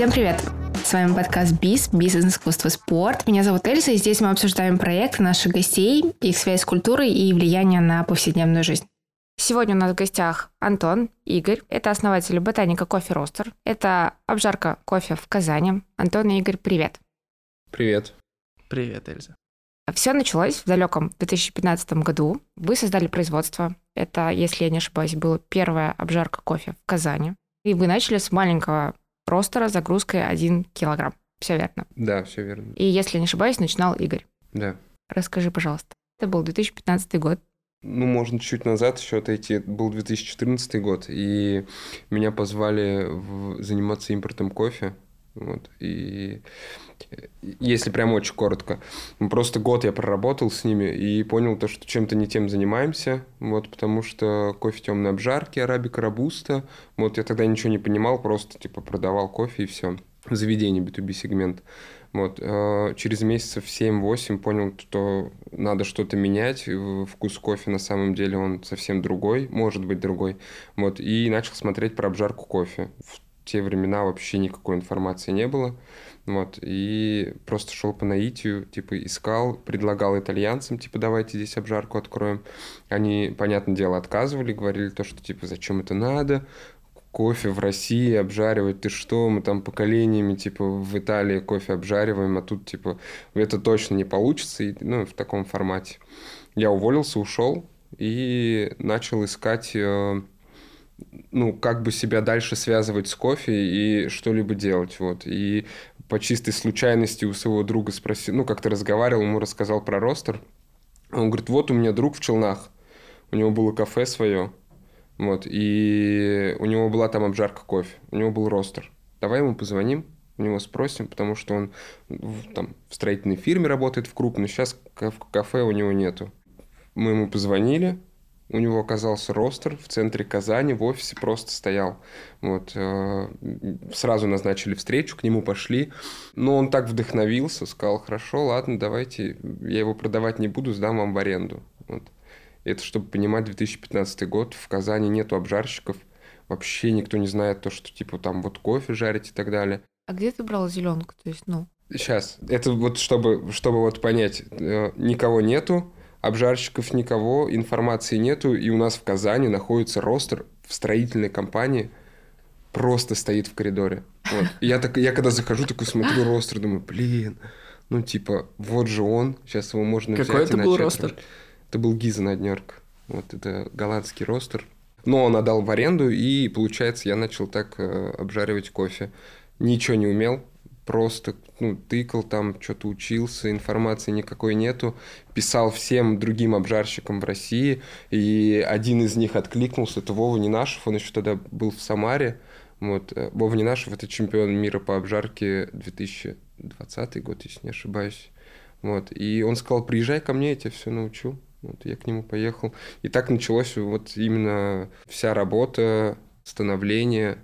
Всем привет! С вами подкаст БИС, Бизнес, искусство, спорт. Меня зовут Эльза, и здесь мы обсуждаем проекты наших гостей, их связь с культурой и влияние на повседневную жизнь. Сегодня у нас в гостях Антон, Игорь. Это основатели ботаника Кофе Ростер. Это обжарка кофе в Казани. Антон и Игорь, привет. Привет. Привет, Эльза. Все началось в далеком 2015 году. Вы создали производство. Это, если я не ошибаюсь, была первая обжарка кофе в Казани. И вы начали с маленького ростера с загрузкой 1 килограмм. Все верно? Да, все верно. И, если не ошибаюсь, начинал Игорь. Да. Расскажи, пожалуйста. Это был 2015 год. Можно чуть назад еще отойти. Это был 2014 год, и меня позвали заниматься импортом кофе. Вот. И если прям очень коротко, просто год я проработал с ними и понял то, что чем-то не тем занимаемся, вот, потому что кофе темной обжарки, арабика, робуста, вот, я тогда ничего не понимал, просто типа продавал кофе и все. Заведение B2B сегмент. Вот. Через месяцев 7-8 понял, что надо что-то менять. Вкус кофе на самом деле он совсем другой, может быть другой. Вот. И начал смотреть про обжарку кофе. В те времена вообще никакой информации не было. Вот. И просто шел по наитию, типа искал, предлагал итальянцам, типа давайте здесь обжарку откроем. Они, понятное дело, отказывали, говорили то, что типа зачем это надо. Кофе в России обжаривать, ты что, мы там поколениями, типа, в Италии кофе обжариваем, а тут, типа, это точно не получится, и, в таком формате. Я уволился, ушел и начал искать, как бы себя дальше связывать с кофе и что-либо делать, вот. И по чистой случайности у своего друга спросил, как-то разговаривал, ему рассказал про ростер. Он говорит, вот у меня друг в Челнах, у него было кафе свое, вот, и у него была там обжарка кофе, у него был ростер. Давай ему позвоним, у него спросим, потому что он там в строительной фирме работает в крупной, сейчас кафе у него нету. Мы ему позвонили, у него оказался ростер в центре Казани, в офисе просто стоял. Вот, сразу назначили встречу, к нему пошли. Но он так вдохновился, сказал, хорошо, ладно, давайте, я его продавать не буду, сдам вам в аренду. Вот. Это, чтобы понимать, 2015 год, в Казани нету обжарщиков, вообще никто не знает то, что типа там вот кофе жарить и так далее. А где ты брал зеленку? То есть, Сейчас, это вот чтобы вот понять, никого нету, обжарщиков никого, информации нету, и у нас в Казани находится ростер в строительной компании, просто стоит в коридоре. Вот. Я когда захожу, такой смотрю ростер, думаю, вот же он, сейчас его можно взять. Какой это был ростер? Это был Гизен Однерк. Вот это голландский ростер. Но он отдал в аренду, и, получается, я начал так обжаривать кофе. Ничего не умел, просто тыкал там, что-то учился, информации никакой нету. Писал всем другим обжарщикам в России, и один из них откликнулся, это Вова Ненашев, он еще тогда был в Самаре. Вот. Вова Ненашев – это чемпион мира по обжарке 2020 год, если не ошибаюсь. Вот. И он сказал, приезжай ко мне, я тебя все научу. Вот, я к нему поехал. И так началось вот именно вся работа, становление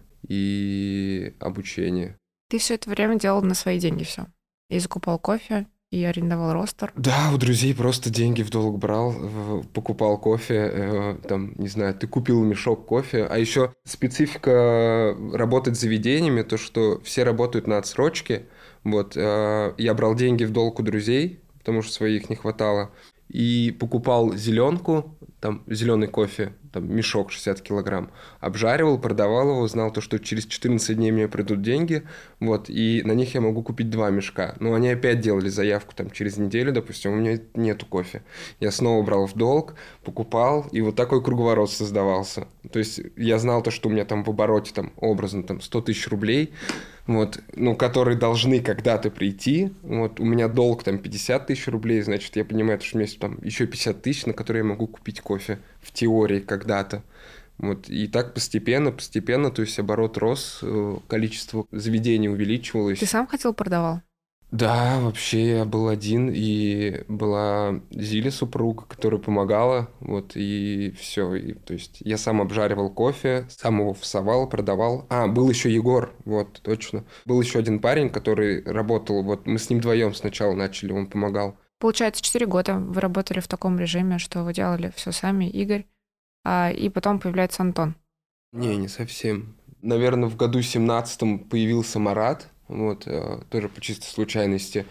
и обучение. ты все это время делал на свои деньги все. И закупал кофе, и арендовал ростер. Да, у друзей просто деньги в долг брал, покупал кофе, не знаю, ты купил мешок кофе. А еще специфика работать с заведениями, то, что все работают на отсрочке. Вот, я брал деньги в долг у друзей, потому что своих не хватало. И покупал зеленку, там зеленый кофе, там мешок 60 килограмм, обжаривал, продавал его, знал то, что через 14 дней мне придут деньги, вот, и на них я могу купить 2 мешка. Но они опять делали заявку там через неделю, допустим, у меня нету кофе. Я снова брал в долг, покупал, и вот такой круговорот создавался. То есть я знал то, что у меня там в обороте, там, образно, там 100 тысяч рублей, вот, которые должны когда-то прийти. Вот, у меня долг там 50 тысяч рублей, значит, я понимаю, что у меня есть там еще 50 тысяч, на которые я могу купить кофе в теории когда-то. Вот, и так постепенно, то есть оборот рос, количество заведений увеличивалось. Ты сам ходил, продавал? Да, вообще я был один, и была Зиля, супруга, которая помогала, вот, и все. И, то есть я сам обжаривал кофе, сам его фасовал, продавал. Был еще Егор, вот, точно. Был еще один парень, который работал, вот, мы с ним вдвоем сначала начали, он помогал. Получается, 4 года вы работали в таком режиме, что вы делали все сами, Игорь, и потом появляется Антон. Не совсем. Наверное, в году 17-м появился Марат, вот, тоже по чистой случайности.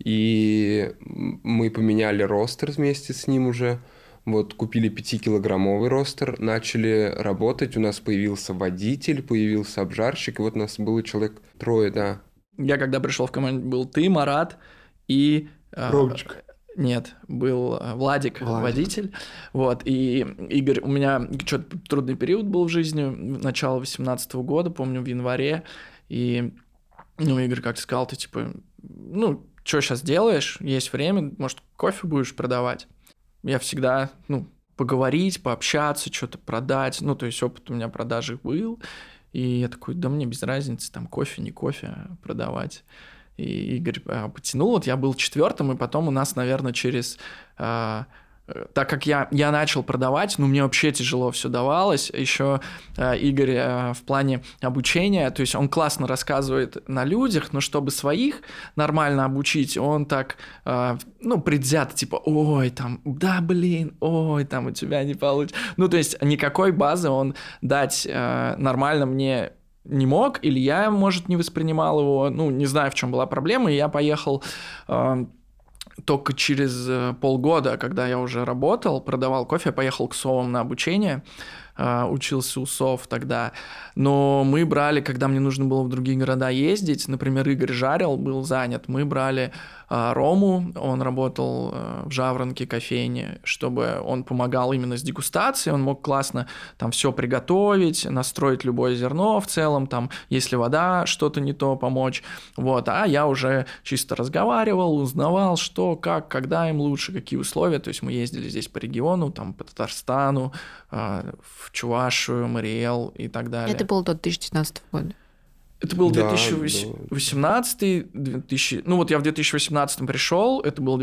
И мы поменяли ростер вместе с ним уже. Вот, купили 5-килограммовый ростер, начали работать. У нас появился водитель, появился обжарщик. И вот у нас было человек 3, да. Я когда пришел в команду, был ты, Марат и... Ромчик. Нет, был Владик, водитель. Вот, и Игорь, у меня что-то трудный период был в жизни, начало 18-го года, помню, в январе. И, Игорь как-то сказал, ты типа, что сейчас делаешь? Есть время, может, кофе будешь продавать? Я всегда, поговорить, пообщаться, что-то продать. То есть опыт у меня продажи был. И я такой, да мне без разницы, там кофе, не кофе продавать. И Игорь потянул, вот я был 4-м, и потом у нас, наверное, через... так как я начал продавать, мне вообще тяжело все давалось. Еще Игорь в плане обучения, то есть он классно рассказывает на людях, но чтобы своих нормально обучить, он так, предвзято, типа, ой, там, да, блин, ой, там у тебя не получится. То есть никакой базы он дать нормально мне не мог, или я, может, не воспринимал его, не знаю, в чем была проблема, и я поехал... Только через полгода, когда я уже работал, продавал кофе, я поехал к совам на обучение, учился у сов тогда. Но мы брали, когда мне нужно было в другие города ездить, например, Игорь жарил, был занят, мы брали Рому, он работал в Жаворонке кофейне, чтобы он помогал именно с дегустацией, он мог классно там все приготовить, настроить любое зерно в целом, там, если вода, что-то не то, помочь. Вот. А я уже чисто разговаривал, узнавал, что, как, когда им лучше, какие условия. То есть мы ездили здесь по региону, там, по Татарстану, в Чувашию, Мариэл и так далее. Это было до 2019 года. Это был 2018, 2000... я в 2018 пришел, это был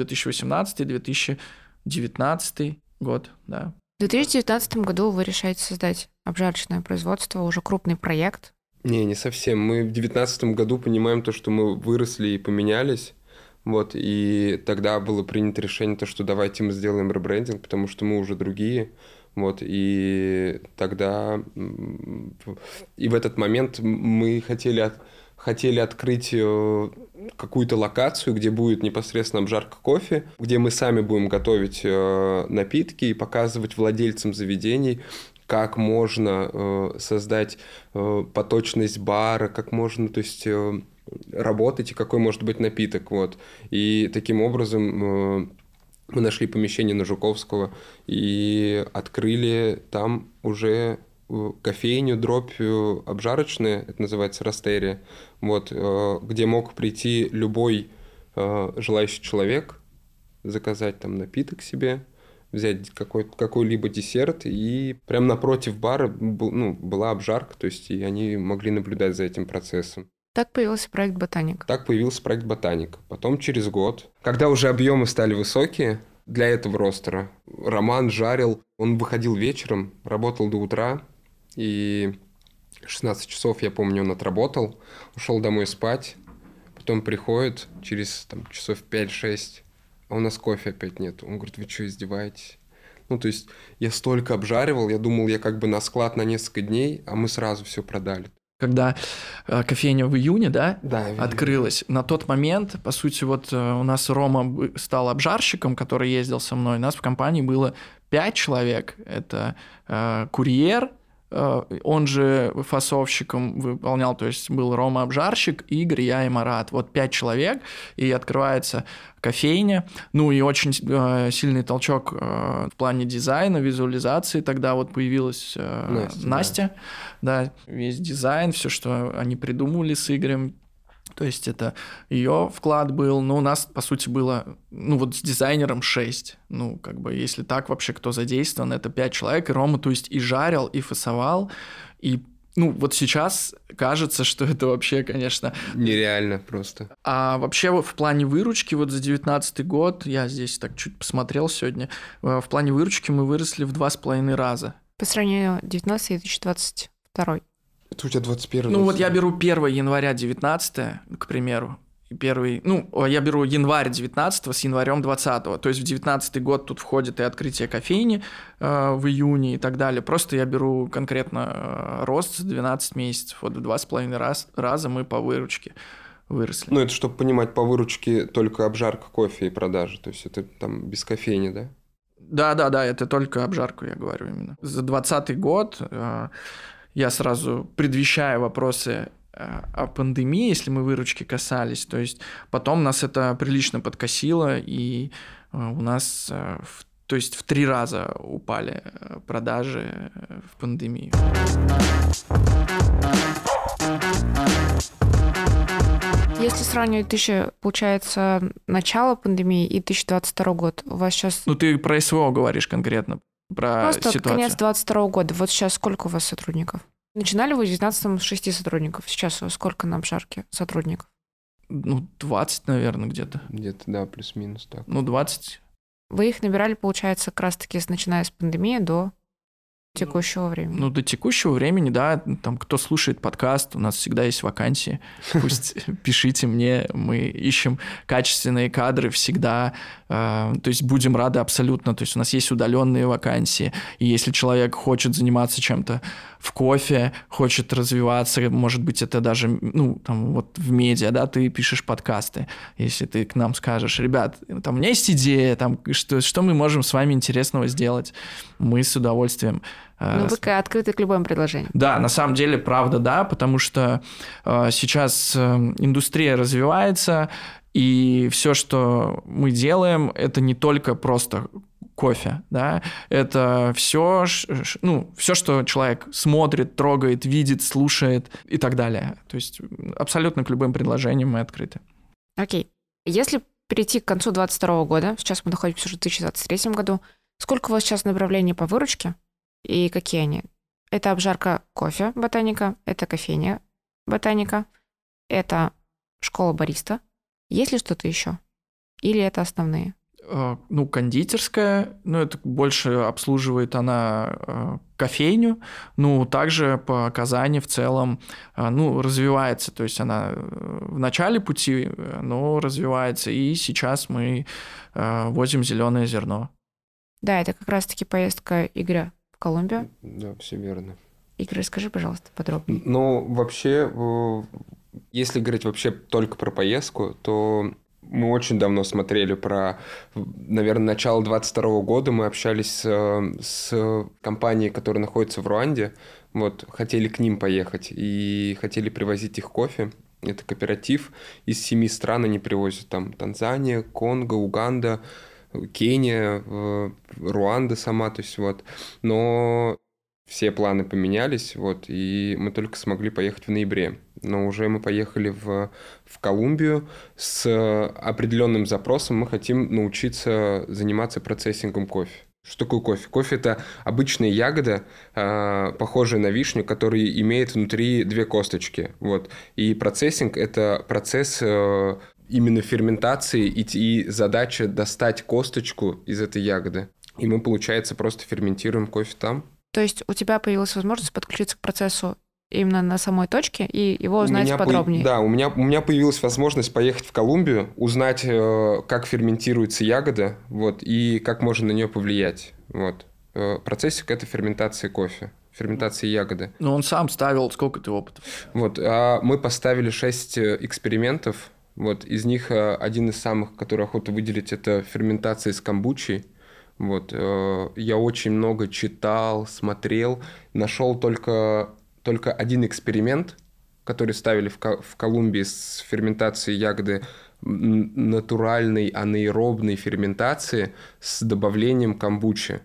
2018-2019 год, да. В 2019 году вы решаете создать обжарочное производство, уже крупный проект. Не совсем. Мы в 2019 году понимаем то, что мы выросли и поменялись. Вот, и тогда было принято решение, что давайте мы сделаем ребрендинг, потому что мы уже другие. Вот, и тогда, и в этот момент мы хотели открыть какую-то локацию, где будет непосредственно обжарка кофе, где мы сами будем готовить напитки и показывать владельцам заведений, как можно создать поточность бара, как можно, то есть, работать и какой может быть напиток. Вот. И таким образом... Мы нашли помещение на Жуковского и открыли там уже кофейню, дробь обжарочная, это называется Ростерия, вот, где мог прийти любой желающий человек, заказать там напиток себе, взять какой-либо десерт, и прямо напротив бара была обжарка, то есть и они могли наблюдать за этим процессом. Так появился проект «Ботаник». Потом через год, когда уже объемы стали высокие для этого ростера, Роман жарил, он выходил вечером, работал до утра, и 16 часов, я помню, он отработал, ушел домой спать, потом приходит через часов 5-6, а у нас кофе опять нет. Он говорит, вы что, издеваетесь? То есть я столько обжаривал, я думал, я как бы на склад на несколько дней, а мы сразу все продали. Когда кофейня в июне, да, в открылась, на тот момент, по сути, вот у нас Рома стал обжарщиком, который ездил со мной, у нас в компании было 5 человек, это курьер, он же фасовщиком выполнял, то есть был Рома обжарщик, Игорь, я и Марат. Вот 5 человек, и открывается кофейня. И очень сильный толчок в плане дизайна, визуализации. Тогда вот появилась Настя. Да, весь дизайн, все, что они придумывали с Игорем. То есть это ее вклад был, но у нас, по сути, было, с дизайнером 6. Если так вообще кто задействован, это 5 человек, и Рома, то есть, и жарил, и фасовал, и, вот сейчас кажется, что это вообще, конечно... Нереально просто. А вообще в плане выручки, вот за 19-й год, я здесь так чуть посмотрел сегодня, в плане выручки мы выросли в 2,5 раза. По сравнению 19 и 2022. Это у тебя 21. Вот я беру 1 января 19, к примеру, я беру январь 19 с январем 20. То есть в 19 год тут входит и открытие кофейни в июне и так далее. Просто я беру конкретно рост за 12 месяцев. Вот в 2,5 раза мы по выручке выросли. Ну, это чтобы понимать, по выручке только обжарка кофе и продажи. То есть это там без кофейни, да? Да, это только обжарку, я говорю именно. За 20 год я сразу предвещаю вопросы о пандемии, если мы выручки касались. То есть потом нас это прилично подкосило, и у нас в 3 раза упали продажи в пандемию. Если сравнивать получается, начало пандемии и 2022 год, у вас сейчас... Ты про СВО говоришь конкретно, про просто ситуацию. Конец 2022 года. Вот сейчас сколько у вас сотрудников? Начинали вы в 19-м с 6 сотрудников. Сейчас у вас сколько на обжарке сотрудников? 20, наверное, где-то. Где-то, да, плюс-минус так. 20. Вы их набирали, получается, как раз-таки начиная с пандемии до текущего времени? До текущего времени, да. Там, кто слушает подкаст, у нас всегда есть вакансии. Пусть пишите мне, мы ищем качественные кадры всегда. То есть будем рады абсолютно. То есть у нас есть удаленные вакансии. И если человек хочет заниматься чем-то в кофе, хочет развиваться, может быть, это даже, в медиа, да, ты пишешь подкасты. Если ты к нам скажешь: ребят, там у меня есть идея, там, что мы можем с вами интересного сделать, мы с удовольствием. Вы открыты к любым предложениям. Да, на самом деле, правда, да, потому что сейчас индустрия развивается, и все, что мы делаем, это не только просто кофе, да, это все, что человек смотрит, трогает, видит, слушает и так далее. То есть абсолютно к любым предложениям мы открыты. Окей. Если перейти к концу 2022 года, сейчас мы находимся уже в 2023 году, сколько у вас сейчас направлений по выручке и какие они? Это обжарка кофе ботаника, это кофейня ботаника, это школа бариста. Есть ли что-то еще? Или это основные? Кондитерская, это больше обслуживает она кофейню, также по Казани в целом, развивается, то есть она в начале пути, но развивается, и сейчас мы возим зеленое зерно. Да, это как раз-таки поездка Игоря в Колумбию. Да, все верно. Игорь, расскажи, пожалуйста, подробнее. Вообще, если говорить вообще только про поездку, то мы очень давно смотрели наверное, начало 2022 года. Мы общались с компанией, которая находится в Руанде. Хотели к ним поехать и хотели привозить их кофе. Это кооператив. Из 7 стран они привозят. Там Танзания, Конго, Уганда, Кения, Руанда сама. То есть Но все планы поменялись, и мы только смогли поехать в ноябре. Но уже мы поехали в Колумбию с определенным запросом. Мы хотим научиться заниматься процессингом кофе. Что такое кофе? Кофе – это обычная ягода, похожая на вишню, которая имеет внутри 2 косточки. И процессинг – это процесс именно ферментации и задача достать косточку из этой ягоды. И мы, получается, просто ферментируем кофе там. То есть у тебя появилась возможность подключиться к процессу именно на самой точке и его узнать подробнее? Да, у меня появилась возможность поехать в Колумбию, узнать, как ферментируется ягода, и как можно на нее повлиять. Процессик – это ферментация кофе, ферментация ягоды. Но он сам ставил, сколько ты опытов? Мы поставили 6 экспериментов. Из них один из самых, который охота выделить, это ферментация с камбучей. Я очень много читал, смотрел, нашел только один эксперимент, который ставили в Колумбии с ферментацией ягоды натуральной анаэробной ферментации с добавлением камбучи.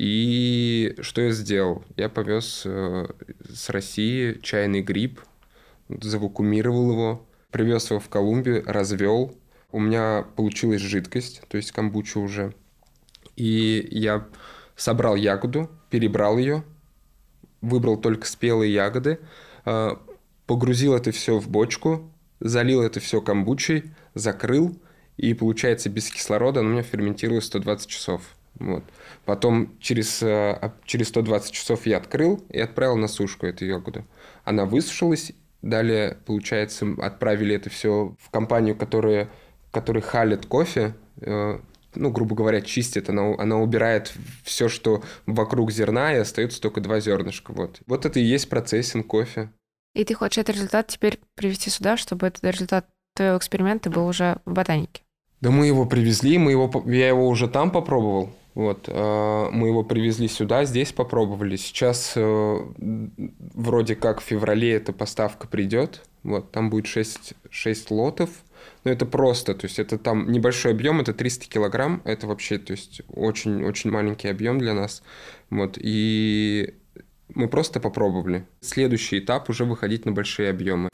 И что я сделал? Я повез с России чайный гриб, завакуумировал его, привез его в Колумбию, развел. У меня получилась жидкость, то есть камбуча уже. И я собрал ягоду, перебрал ее, выбрал только спелые ягоды, погрузил это все в бочку, залил это все камбучей, закрыл, и получается без кислорода оно у меня ферментировалось 120 часов. Потом через 120 часов я открыл и отправил на сушку эту ягоду. Она высушилась, Далее, получается, отправили это все в компанию, которая халит кофе, грубо говоря, чистит, она убирает все, что вокруг зерна, и остается только 2 зернышка. Вот это и есть процессинг кофе. И ты хочешь этот результат теперь привести сюда, чтобы этот результат твоего эксперимента был уже в ботанике? Да мы его привезли, я его уже там попробовал. Мы его привезли сюда, здесь попробовали. Сейчас вроде как в феврале эта поставка придет. Там будет 6 лотов. Но это просто, то есть это там небольшой объем, это 300 килограмм. Это вообще, то есть очень-очень маленький объем для нас. И мы просто попробовали. Следующий этап уже выходить на большие объемы.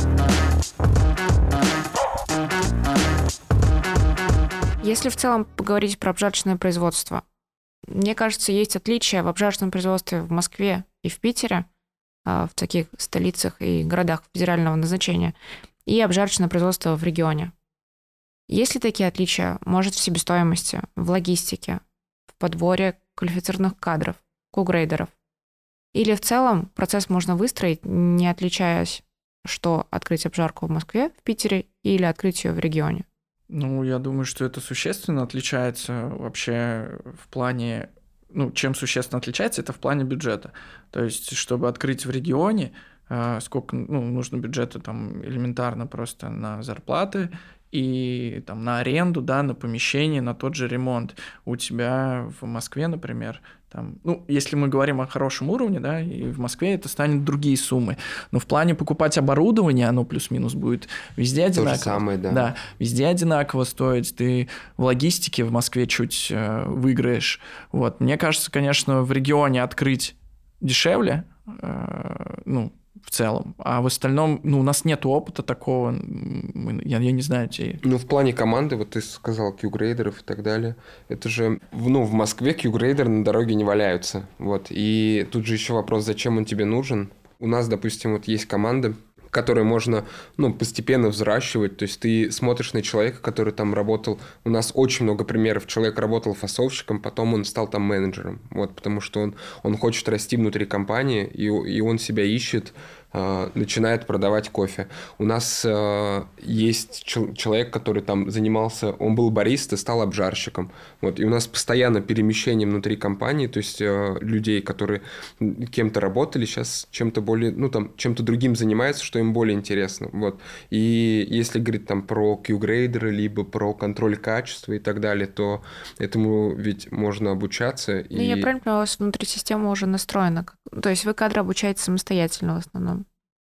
Если в целом поговорить про обжарочное производство, мне кажется, есть отличия в обжарочном производстве в Москве и в Питере, в таких столицах и городах федерального назначения, и обжарочное производство в регионе. Есть ли такие отличия, может, в себестоимости, в логистике, в подборе квалифицированных кадров, кугрейдеров? Или в целом процесс можно выстроить, не отличаясь, что открыть обжарку в Москве, в Питере или открыть ее в регионе? Я думаю, что это существенно отличается вообще в плане... чем существенно отличается, это в плане бюджета. То есть, чтобы открыть в регионе, сколько нужно бюджета там элементарно просто на зарплаты и там на аренду, да, на помещение, на тот же ремонт. У тебя в Москве, например, там, если мы говорим о хорошем уровне, да, и в Москве это станет другие суммы. Но в плане покупать оборудование, оно плюс-минус будет везде одинаково. То же самое, да. Да, везде одинаково стоить. Ты в логистике в Москве чуть выиграешь. Мне кажется, конечно, в регионе открыть дешевле, в целом. А в остальном, у нас нет опыта такого. Я не знаю. В плане команды, ты сказал, Q-грейдеров и так далее. Это же, в Москве Q-грейдеры на дороге не валяются. И тут же еще вопрос, зачем он тебе нужен. У нас, допустим, есть команда, которые можно, постепенно взращивать. То есть ты смотришь на человека, который там работал. У нас очень много примеров. Человек работал фасовщиком, потом он стал там менеджером. Потому что он хочет расти внутри компании, и он себя ищет, начинает продавать кофе. У нас есть человек, который там занимался, он был бариста, стал обжарщиком. И у нас постоянно перемещение внутри компании, то есть людей, которые кем-то работали, сейчас чем-то более, чем-то другим занимаются, что им более интересно. И если говорить там про Q-грейдеры, либо про контроль качества и так далее, то этому ведь можно обучаться. Я правильно понимаю, у вас внутри система уже настроена. То есть вы кадры обучаете самостоятельно в основном?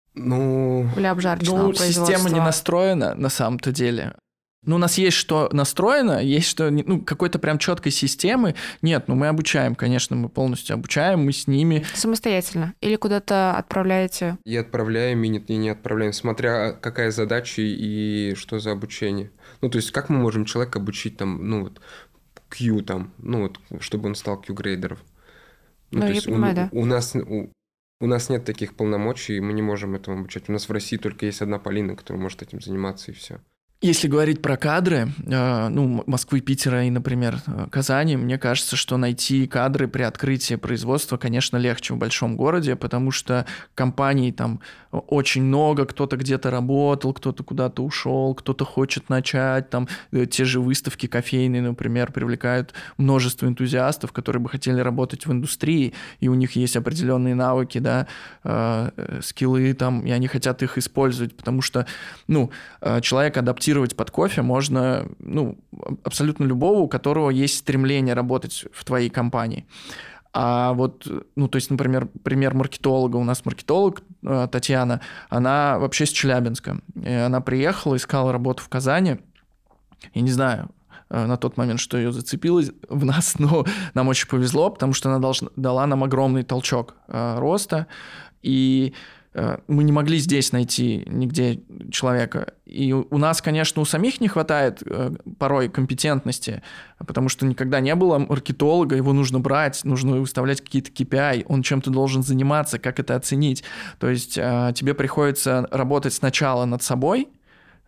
Для обжарочного производства. Система не настроена на самом-то деле. У нас есть что настроено, есть что... какой-то прям четкой системы. Нет, мы обучаем, конечно, мы полностью обучаем, мы с ними... Самостоятельно? Или куда-то отправляете? И отправляем, и не отправляем, смотря какая задача и что за обучение. То есть как мы можем человека обучить там, Q там, чтобы он стал Q-грейдером? Я понимаю, да. У нас нет таких полномочий, мы не можем этому обучать. У нас в России только есть одна Полина, которая может этим заниматься, и все. Если говорить про кадры, Москвы, Питера и, например, Казани, мне кажется, что найти кадры при открытии производства, конечно, легче в большом городе, потому что компаний там очень много, кто-то где-то работал, кто-то куда-то ушел, кто-то хочет начать, там те же выставки кофейные, например, привлекают множество энтузиастов, которые бы хотели работать в индустрии, и у них есть определенные навыки, да, скиллы там, и они хотят их использовать, потому что, человек адаптируется под кофе можно, абсолютно любого, у которого есть стремление работать в твоей компании. А то есть, например, пример маркетолога. У нас маркетолог Татьяна, она вообще с Челябинска. И она приехала, искала работу в Казани. Я не знаю на тот момент, что ее зацепило в нас, но нам очень повезло, потому что она дала нам огромный толчок роста. И мы не могли здесь найти нигде человека. И у нас, конечно, у самих не хватает порой компетентности, потому что никогда не было маркетолога, его нужно брать, нужно выставлять какие-то KPI, он чем-то должен заниматься, как это оценить. То есть тебе приходится работать сначала над собой,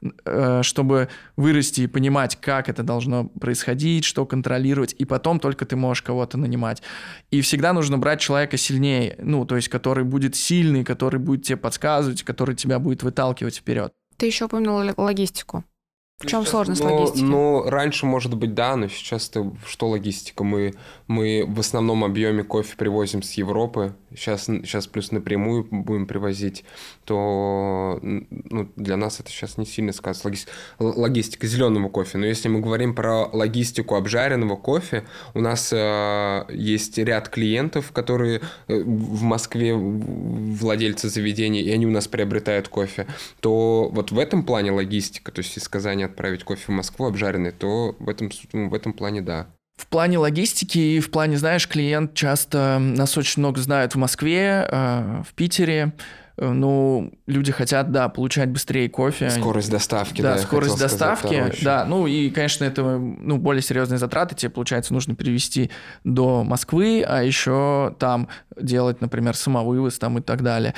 чтобы вырасти и понимать, как это должно происходить, что контролировать, и потом только ты можешь кого-то нанимать. И всегда нужно брать человека сильнее, ну, то есть который будет сильный, который будет тебе подсказывать, который тебя будет выталкивать вперед. Ты еще упомянул логистику. В чем сложность логистики? Ну, раньше, может быть, да, но сейчас-то что логистика? Мы в основном объеме кофе привозим с Европы. Сейчас плюс напрямую будем привозить, то для нас это сейчас не сильно сказывается. Логистика зеленого кофе. Но если мы говорим про логистику обжаренного кофе, у нас есть ряд клиентов, которые в Москве владельцы заведений, и они у нас приобретают кофе, то вот в этом плане логистика, то есть из Казани отправить кофе в Москву обжаренный, то в этом плане да. В плане логистики и в плане, знаешь, клиент часто, нас очень много знают в Москве, в Питере, ну, люди хотят, да, получать быстрее кофе. Скорость доставки, да. Скорость доставки, да. Ну, и, конечно, это, более серьезные затраты. Тебе, получается, нужно перевезти до Москвы, а еще там делать, например, самовывоз там и так далее.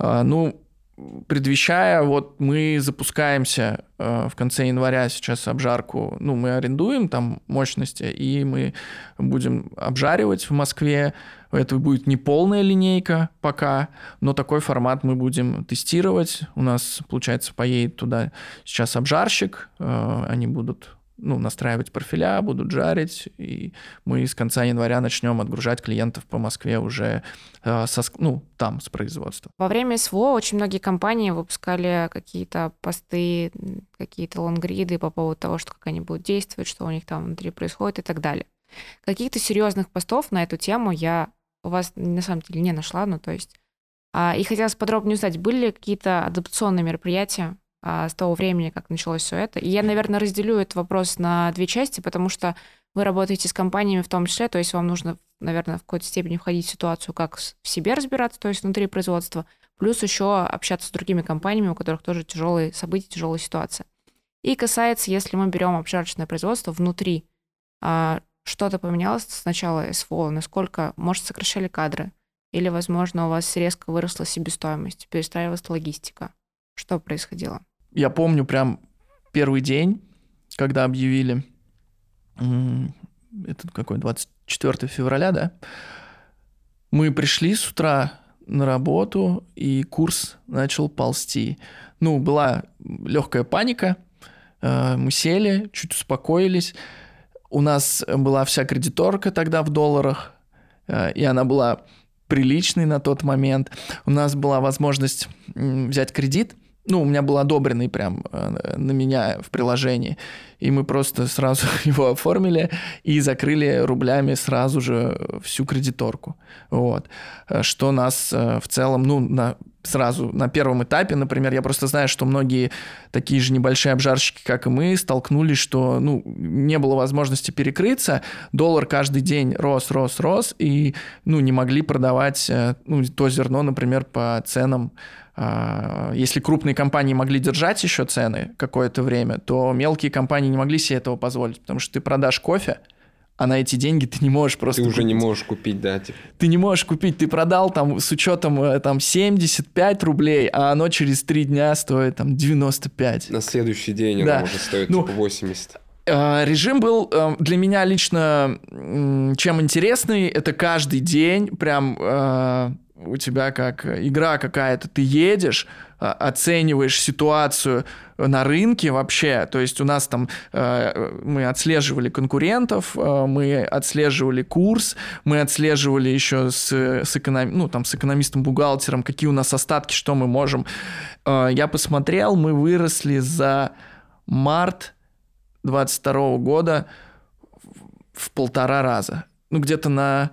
Предвещая, вот мы запускаемся в конце января сейчас обжарку, мы арендуем там мощности, и мы будем обжаривать в Москве. Это будет не полная линейка пока, но такой формат мы будем тестировать. У нас, получается, поедет туда сейчас обжарщик, они будут настраивать профиля, будут жарить, и мы с конца января начнем отгружать клиентов по Москве уже там, с производства. Во время СВО очень многие компании выпускали какие-то посты, какие-то лонгриды по поводу того, как они будут действовать, что у них там внутри происходит и так далее. Каких-то серьезных постов на эту тему я у вас на самом деле не нашла, и хотелось подробнее узнать, были ли какие-то адаптационные мероприятия с того времени, как началось все это. И я, наверное, разделю этот вопрос на две части, потому что вы работаете с компаниями в том числе, то есть вам нужно, наверное, в какой-то степени входить в ситуацию, как в себе разбираться, то есть внутри производства, плюс еще общаться с другими компаниями, у которых тоже тяжелые события, тяжелая ситуация. И касается, если мы берем обжарочное производство внутри, что-то поменялось с начала СВО, насколько, может, сокращали кадры, или, возможно, у вас резко выросла себестоимость, перестраивалась логистика. Что происходило? Я помню прям первый день, когда объявили, это 24 февраля, да? Мы пришли с утра на работу, и курс начал ползти. Была легкая паника, мы сели, чуть успокоились. У нас была вся кредиторка тогда в долларах, и она была приличной на тот момент. У нас была возможность взять кредит. У меня был одобренный прям на меня в приложении. И мы просто сразу его оформили и закрыли рублями сразу же всю кредиторку. Вот. Что нас в целом, сразу на первом этапе, например, я просто знаю, что многие такие же небольшие обжарщики, как и мы, столкнулись, что не было возможности перекрыться. Доллар каждый день рос, и не могли продавать то зерно, например, по ценам. Если крупные компании могли держать еще цены какое-то время, то мелкие компании не могли себе этого позволить, потому что ты продашь кофе, а на эти деньги ты не можешь просто купить. Ты уже не можешь купить, да. Ты не можешь купить, ты продал там с учетом 75 рублей, а оно через 3 дня стоит 95. На следующий день оно уже стоит 80. Режим был для меня лично чем интересный, это каждый день прям... У тебя как игра какая-то, ты едешь, оцениваешь ситуацию на рынке вообще, то есть у нас там мы отслеживали конкурентов, мы отслеживали курс, мы отслеживали еще с экономистом-бухгалтером, какие у нас остатки, что мы можем. Я посмотрел, мы выросли за март 2022 года в 1,5 раза, где-то на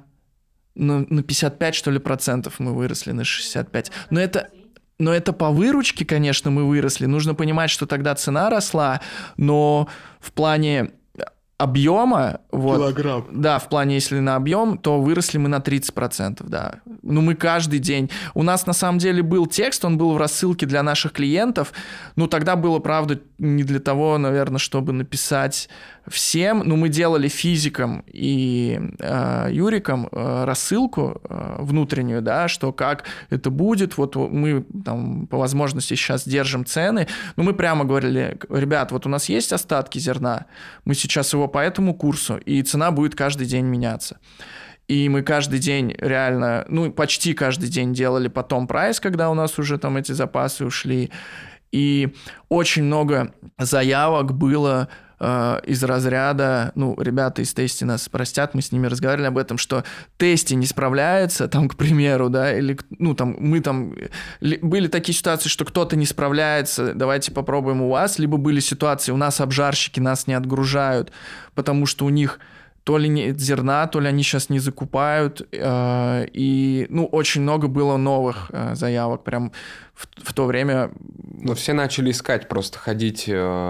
55, что ли, процентов мы выросли, на 65. Но это по выручке, конечно, мы выросли. Нужно понимать, что тогда цена росла, но в плане объема... Килограмм. Да, в плане, если на объем, то выросли мы на 30%, да. Ну, мы каждый день. У нас, на самом деле, был текст, он был в рассылке для наших клиентов. Ну, тогда было, правда, не для того, наверное, чтобы написать всем. Но мы делали физикам и Юрикам рассылку внутреннюю, да, что как это будет. Вот мы там по возможности сейчас держим цены. Но мы прямо говорили: ребят, вот у нас есть остатки зерна, мы сейчас его по этому курсу, и цена будет каждый день меняться. И мы каждый день реально, ну, почти каждый день делали потом прайс, когда у нас уже там эти запасы ушли. И очень много заявок было из разряда, ну, ребята из Tasty нас простят, мы с ними разговаривали об этом, что Tasty не справляется, там, к примеру, да, или, ну, там, мы там, были такие ситуации, что кто-то не справляется, давайте попробуем у вас, либо были ситуации, у нас обжарщики нас не отгружают, потому что у них то ли нет зерна, то ли они сейчас не закупают, и, ну, очень много было новых заявок прям в то время. Ну, все начали искать, просто ходить...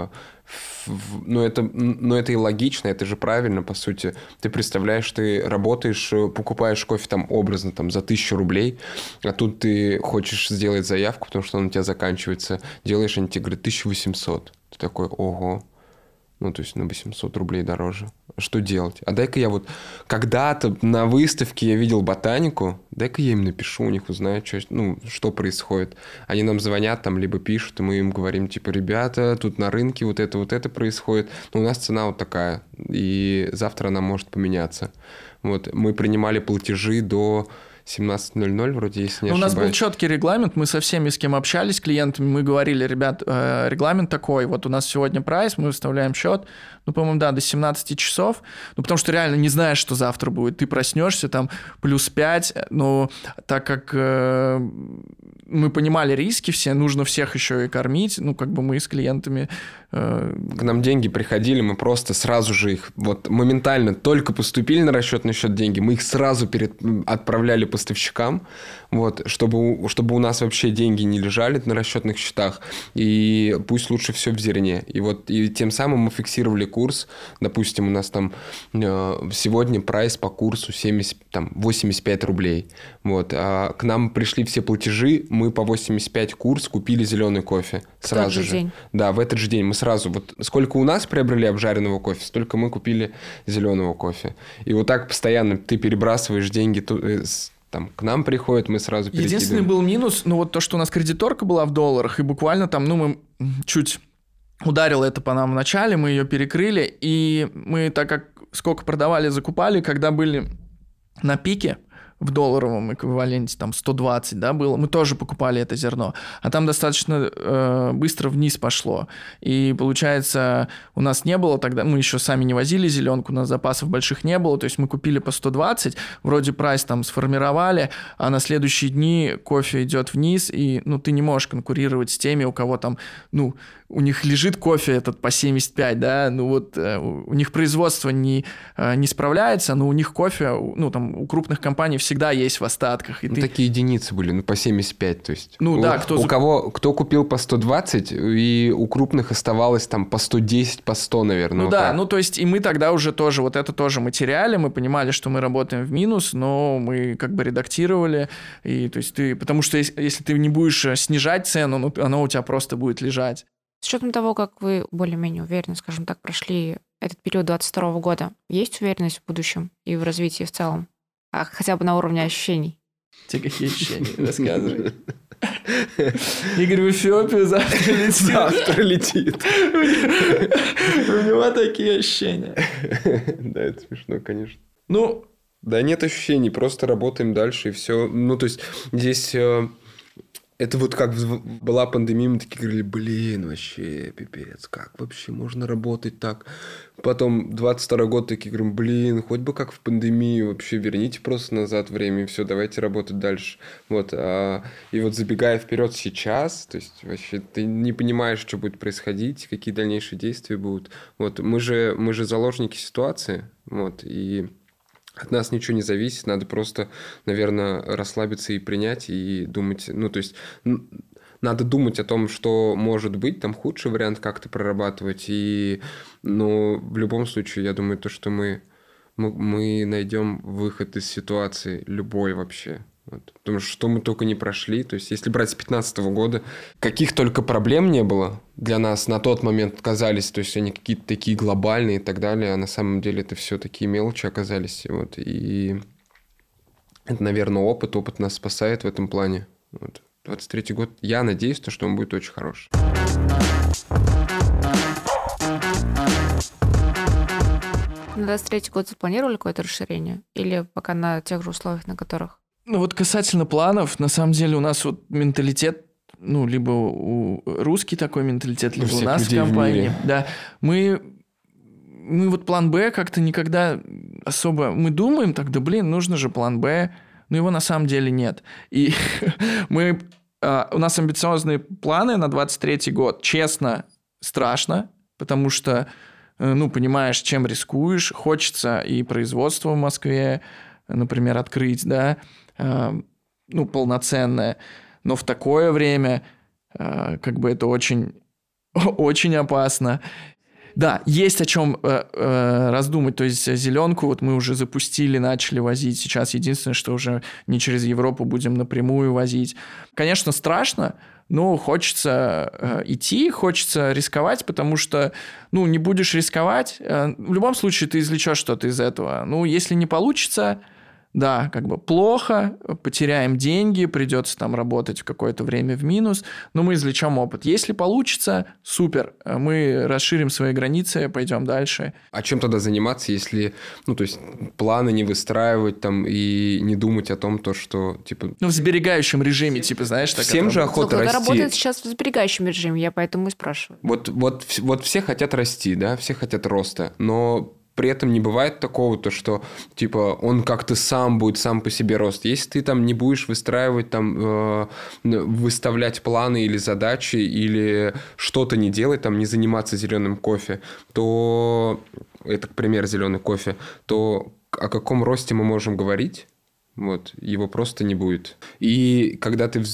Ну, это и логично, это же правильно, по сути. Ты представляешь, ты работаешь, покупаешь кофе там образно там, за 1000 рублей, а тут ты хочешь сделать заявку, потому что он у тебя заканчивается, делаешь, они тебе говорят 1800. Ты такой: ого. Ну, то есть на 800 рублей дороже. Что делать? А дай-ка я вот... Когда-то на выставке я видел ботанику, дай-ка я им напишу, у них узнаю, что происходит. Они нам звонят там, либо пишут, и мы им говорим, типа: ребята, тут на рынке вот это происходит. Но у нас цена вот такая, и завтра она может поменяться. Вот. Мы принимали платежи до 17:00 вроде, если не ошибаюсь. У нас был четкий регламент, мы со всеми, с кем общались, клиентами, мы говорили: ребят, регламент такой, вот у нас сегодня прайс, мы выставляем счет, ну, по-моему, да, до 17 часов, ну, потому что реально не знаешь, что завтра будет, ты проснешься там +5, но так как мы понимали риски все, нужно всех еще и кормить, ну, как бы мы с клиентами... К нам деньги приходили, мы просто сразу же их, вот моментально, только поступили на расчетный счет деньги, мы их сразу отправляли поставщикам, вот, чтобы у нас вообще деньги не лежали на расчетных счетах, и пусть лучше все в зерне. И вот и тем самым мы фиксировали курс. Допустим, у нас там сегодня прайс по курсу 85 рублей. Вот. А к нам пришли все платежи, мы по 85 курс купили зеленый кофе сразу же. День. Да, в этот же день мы сразу, вот сколько у нас приобрели обжаренного кофе, столько мы купили зеленого кофе. И вот так постоянно ты перебрасываешь деньги там к нам приходят, мы сразу перекидываем. Единственный был минус, ну вот то, что у нас кредиторка была в долларах, и буквально там, ну мы чуть ударило это по нам в начале, мы ее перекрыли, и мы, так как сколько продавали, закупали, когда были на пике, в долларовом эквиваленте, там 120, да, было, мы тоже покупали это зерно, а там достаточно быстро вниз пошло, и получается, у нас не было тогда, мы еще сами не возили зеленку, у нас запасов больших не было, то есть мы купили по 120, вроде прайс там сформировали, а на следующие дни кофе идет вниз, и, ну, ты не можешь конкурировать с теми, у кого там, ну, у них лежит кофе этот по 75, да, ну вот у них производство не справляется, но у них кофе, ну там у крупных компаний всегда есть в остатках. И ну, такие единицы были, ну по 75, то есть. Ну да, кто купил по 120, и у крупных оставалось там по 110, по 100, наверное. Ну вот да, так. ну то есть и мы тогда уже тоже, вот это тоже мы теряли, мы понимали, что мы работаем в минус, но мы как бы редактировали, и то есть потому что если ты не будешь снижать цену, ну оно у тебя просто будет лежать. С учетом того, как вы более-менее уверенно, скажем так, прошли этот период 2022 года, есть уверенность в будущем и в развитии в целом? Хотя бы на уровне ощущений? Тебе какие ощущения? Рассказывай. Игорь в Эфиопию завтра летит. У него такие ощущения. Да, это смешно, конечно. Ну, да нет ощущений, просто работаем дальше и все. Ну, то есть, здесь... Это вот как была пандемия, мы такие говорили: блин, вообще пипец, как вообще можно работать так? Потом 22 год такие говорим: блин, хоть бы как в пандемию, вообще верните просто назад время и все, давайте работать дальше. Вот, и вот забегая вперед сейчас, то есть вообще ты не понимаешь, что будет происходить, какие дальнейшие действия будут. Вот, мы же заложники ситуации, вот, и... От нас ничего не зависит, надо просто, наверное, расслабиться и принять, и думать, ну, то есть, надо думать о том, что может быть, там, худший вариант как-то прорабатывать, и, ну, в любом случае, я думаю, то, что мы найдем выход из ситуации, любой вообще, Вот. Потому что мы только не прошли. То есть, если брать с 2015 года, каких только проблем не было для нас на тот момент казались, то есть они какие-то такие глобальные и так далее, а на самом деле это все такие мелочи оказались. Вот. И это, наверное, опыт нас спасает в этом плане. Вот. 23-й год, я надеюсь, что он будет очень хороший. На 23-й год запланировали какое-то расширение? Или пока на тех же условиях, на которых? Ну вот касательно планов, на самом деле у нас вот менталитет, ну, либо у русский такой менталитет, либо у нас в компании. Да, мы вот план Б как-то никогда особо... Мы думаем так, да блин, нужно же план Б, но его на самом деле нет. И у нас амбициозные планы на 23-й год. Честно, страшно, потому что, ну, понимаешь, чем рискуешь. Хочется и производство в Москве, например, открыть, да, ну, полноценное. Но в такое время как бы это очень, очень опасно. Да, есть о чем раздумать. То есть зеленку вот мы уже запустили, начали возить. Сейчас единственное, что уже не через Европу будем напрямую возить. Конечно, страшно, но хочется идти, хочется рисковать, потому что, ну, не будешь рисковать, в любом случае ты извлечешь что-то из этого. Ну, если не получится... Да, как бы плохо, потеряем деньги, придется там работать в какое-то время в минус, но мы извлечем опыт. Если получится, супер, мы расширим свои границы, пойдем дальше. А чем тогда заниматься, если, ну, то есть, планы не выстраивать там и не думать о том, то, что, типа... Ну, в сберегающем режиме, типа, знаешь... Так всем же охота расти. Работает сейчас в сберегающем режиме, я поэтому и спрашиваю. Вот все хотят расти, да, все хотят роста, но... При этом не бывает такого, то, что типа он как-то сам будет сам по себе рост. Если ты там не будешь выстраивать, там, выставлять планы или задачи, или что-то не делать, там, не заниматься зеленым кофе, то, это, к примеру, зеленый кофе, то о каком росте мы можем говорить? Вот, его просто не будет. И когда ты в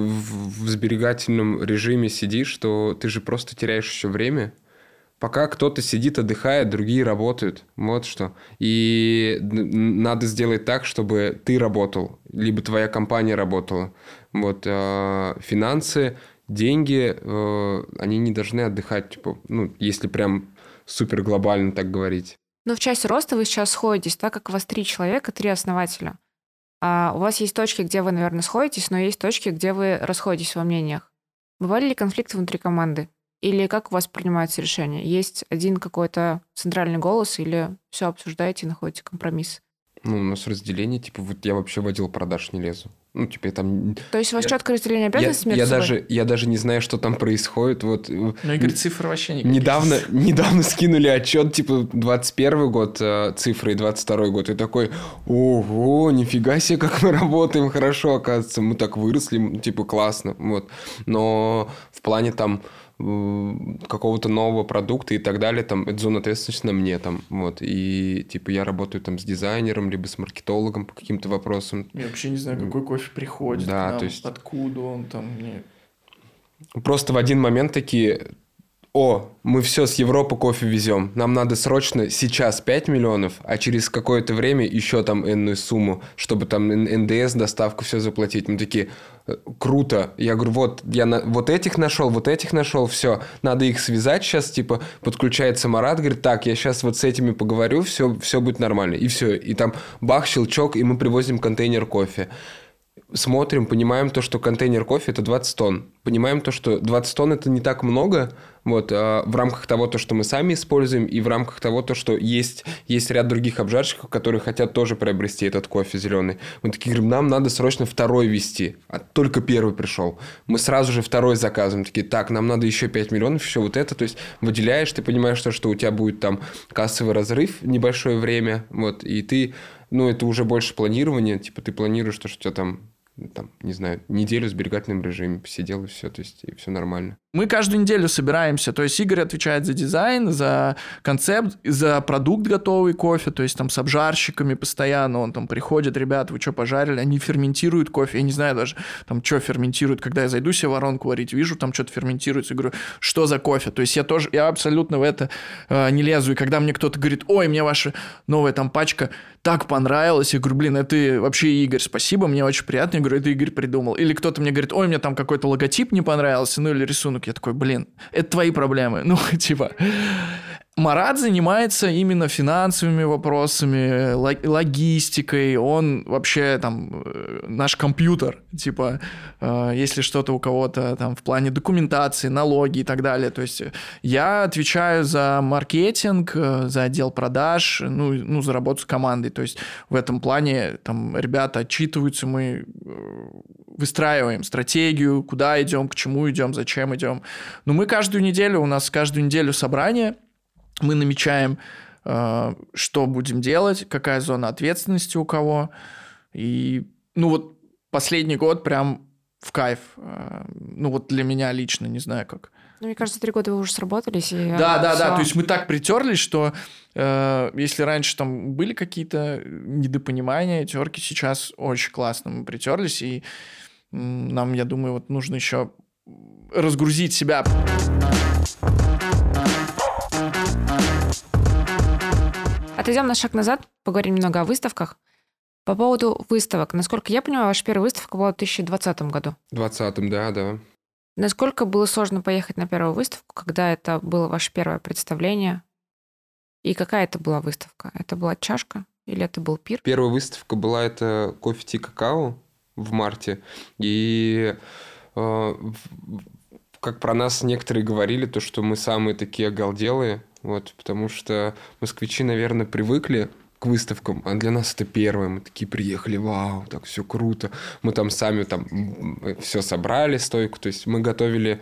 сберегательном режиме сидишь, то ты же просто теряешь еще время. Пока кто-то сидит, отдыхает, другие работают. Вот что. И надо сделать так, чтобы ты работал, либо твоя компания работала. Вот. Финансы, деньги, они не должны отдыхать, типа, ну, если прям супер глобально так говорить. Но в части роста вы сейчас сходитесь, так как у вас 3 человека, 3 основателя. У вас есть точки, где вы, наверное, сходитесь, но есть точки, где вы расходитесь во мнениях. Бывали ли конфликты внутри команды? Или как у вас принимаются решения? Есть один какой-то центральный голос или все обсуждаете и находите компромисс? Ну, у нас разделение, типа, вот я вообще в отдел продаж не лезу. Ну, типа, я там... То есть у вас четкое разделение обязанностей между собой? Я даже не знаю, что там происходит. Вот. Ну, Игорь, цифр вообще никаких. Недавно скинули отчет, типа, 21 год цифры и 22 год. И такой, ого, нифига себе, как мы работаем хорошо, оказывается. Мы так выросли, типа, классно. Вот. Но в плане там какого-то нового продукта и так далее, там, это зона ответственности на мне, там, вот, и, типа, я работаю там с дизайнером, либо с маркетологом по каким-то вопросам. Я вообще не знаю, какой кофе приходит, да, нам, то есть... откуда он там, нет. Просто в один момент такие... мы все с Европы кофе везем. Нам надо срочно сейчас 5 миллионов, а через какое-то время еще там энную сумму, чтобы там НДС, доставку, все заплатить. Мы такие, круто. Я говорю, вот, я вот этих нашел, все. Надо их связать сейчас, типа, подключается Марат, говорит, так, я сейчас вот с этими поговорю, все будет нормально. И все. И там бах, щелчок, и мы привозим контейнер кофе. Смотрим, понимаем то, что контейнер кофе – это 20 тонн. Понимаем то, что 20 тонн – это не так много, вот, в рамках того, то, что мы сами используем, и в рамках того, то, что есть ряд других обжарщиков, которые хотят тоже приобрести этот кофе зеленый. Мы такие говорим, нам надо срочно второй везти, а только первый пришел. Мы сразу же второй заказываем. Такие, так, нам надо еще 5 миллионов, еще вот это. То есть, выделяешь, ты понимаешь, что у тебя будет там кассовый разрыв небольшое время, вот, и ты, ну, это уже больше планирование, типа, ты планируешь то, что у тебя там, не знаю, неделю в сберегательном режиме посидел, и все, то есть, и все нормально. Мы каждую неделю собираемся, то есть Игорь отвечает за дизайн, за концепт, за продукт готовый кофе, то есть там с обжарщиками постоянно он там приходит, ребята, вы что пожарили, они ферментируют кофе, я не знаю даже там что ферментируют, когда я зайду себе воронку варить, вижу там что-то ферментируется, говорю, что за кофе, то есть я абсолютно в это не лезу, и когда мне кто-то говорит, ой, мне ваша новая там пачка так понравилась, я говорю, блин, это вообще Игорь, спасибо, мне очень приятно, я говорю, это Игорь придумал, или кто-то мне говорит, ой, мне там какой-то логотип не понравился, ну или рисунок, я такой, блин, это твои проблемы. Ну, типа, Марат занимается именно финансовыми вопросами, логистикой, он вообще там наш компьютер, типа, если что-то у кого-то там в плане документации, налоги и так далее. То есть я отвечаю за маркетинг, за отдел продаж, ну за работу с командой. То есть в этом плане там ребята отчитываются, мы выстраиваем стратегию, куда идем, к чему идем, зачем идем. Но мы у нас каждую неделю собрание, мы намечаем, что будем делать, какая зона ответственности у кого. И, вот последний год прям в кайф. Вот для меня лично, не знаю как. Мне кажется, 3 года вы уже сработались. Да. То есть мы так притерлись, что если раньше там были какие-то недопонимания, терки, сейчас очень классно мы притерлись. И нам, я думаю, нужно еще разгрузить себя. Отойдем на шаг назад, поговорим немного о выставках. По поводу выставок. Насколько я понимаю, ваша первая выставка была в 2020 году. В 2020, да. Насколько было сложно поехать на первую выставку, когда это было ваше первое представление? И какая это была выставка? Это была чашка или это был пир? Первая выставка была это кофе, ти, какао в марте. И как про нас некоторые говорили, то, что мы самые такие оголделые, потому что москвичи, наверное, привыкли к выставкам, а для нас это первое. Мы такие приехали, вау, так все круто. Мы там сами все собрали, стойку. То есть мы готовили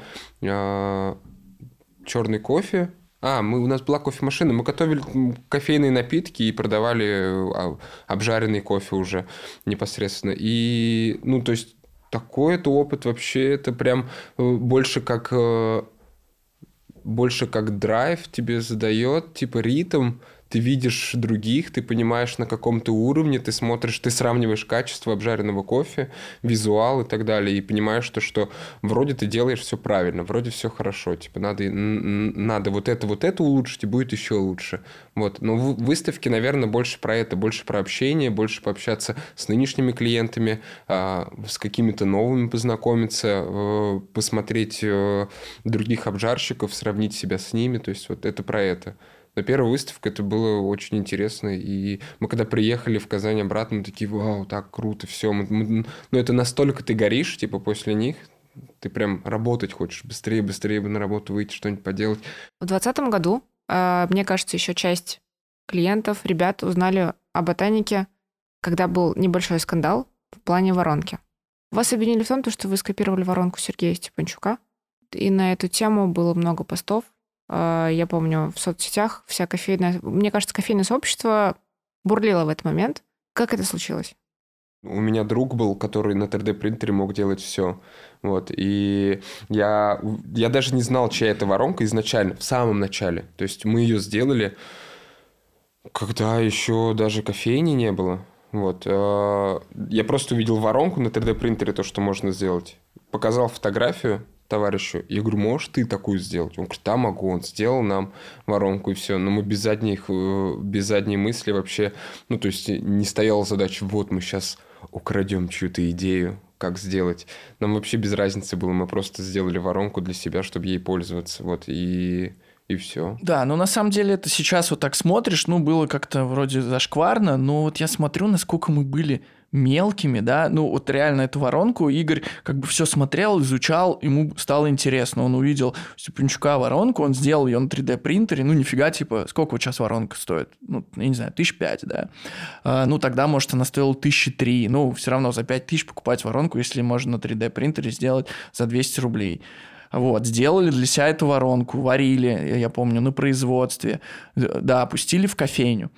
черный кофе. У нас была кофемашина. Мы готовили кофейные напитки и продавали обжаренный кофе уже непосредственно. И, то есть такой-то опыт вообще, это прям больше как драйв тебе задает, типа ритм. Ты видишь других, ты понимаешь, на каком ты уровне, ты смотришь, ты сравниваешь качество обжаренного кофе, визуал и так далее, и понимаешь, что вроде ты делаешь все правильно, вроде все хорошо, типа надо вот это улучшить, и будет еще лучше. Но в выставке, наверное, больше про это, больше про общение, больше пообщаться с нынешними клиентами, с какими-то новыми познакомиться, посмотреть других обжарщиков, сравнить себя с ними, то есть это про это. Но первая выставка, это было очень интересно. И мы когда приехали в Казань обратно, мы такие, вау, так круто, все. Это настолько ты горишь, типа, после них, ты прям работать хочешь, быстрее бы на работу выйти, что-нибудь поделать. В 2020 году, мне кажется, еще часть клиентов, ребят узнали о ботанике, когда был небольшой скандал в плане воронки. Вас обвинили в том, что вы скопировали воронку Сергея Степанчука, и на эту тему было много постов. Я помню, в соцсетях вся мне кажется, кофейное сообщество бурлило в этот момент. Как это случилось? У меня друг был, который на 3D-принтере мог делать все. И я даже не знал, чья это воронка изначально, в самом начале. То есть мы ее сделали, когда еще даже кофейни не было. Я просто увидел воронку на 3D-принтере, то, что можно сделать. Показал фотографию товарищу. Я говорю, можешь ты такую сделать? Он говорит, да, могу. Он сделал нам воронку и все. Но мы без задней мысли вообще, то есть не стояла задача, мы сейчас украдем чью-то идею, как сделать. Нам вообще без разницы было. Мы просто сделали воронку для себя, чтобы ей пользоваться. И все. Да, на самом деле это сейчас так смотришь, было как-то вроде зашкварно, но я смотрю, насколько мы были мелкими, да, реально эту воронку Игорь все смотрел, изучал, ему стало интересно, он увидел Степанчука воронку, он сделал ее на 3D-принтере, нифига, сколько сейчас воронка стоит? Я не знаю, 5,000, да. Тогда, может, она стоила 3,000, все равно за 5,000 покупать воронку, если можно на 3D-принтере сделать за 200 рублей. Сделали для себя эту воронку, варили, я помню, на производстве, да, пустили в кофейню.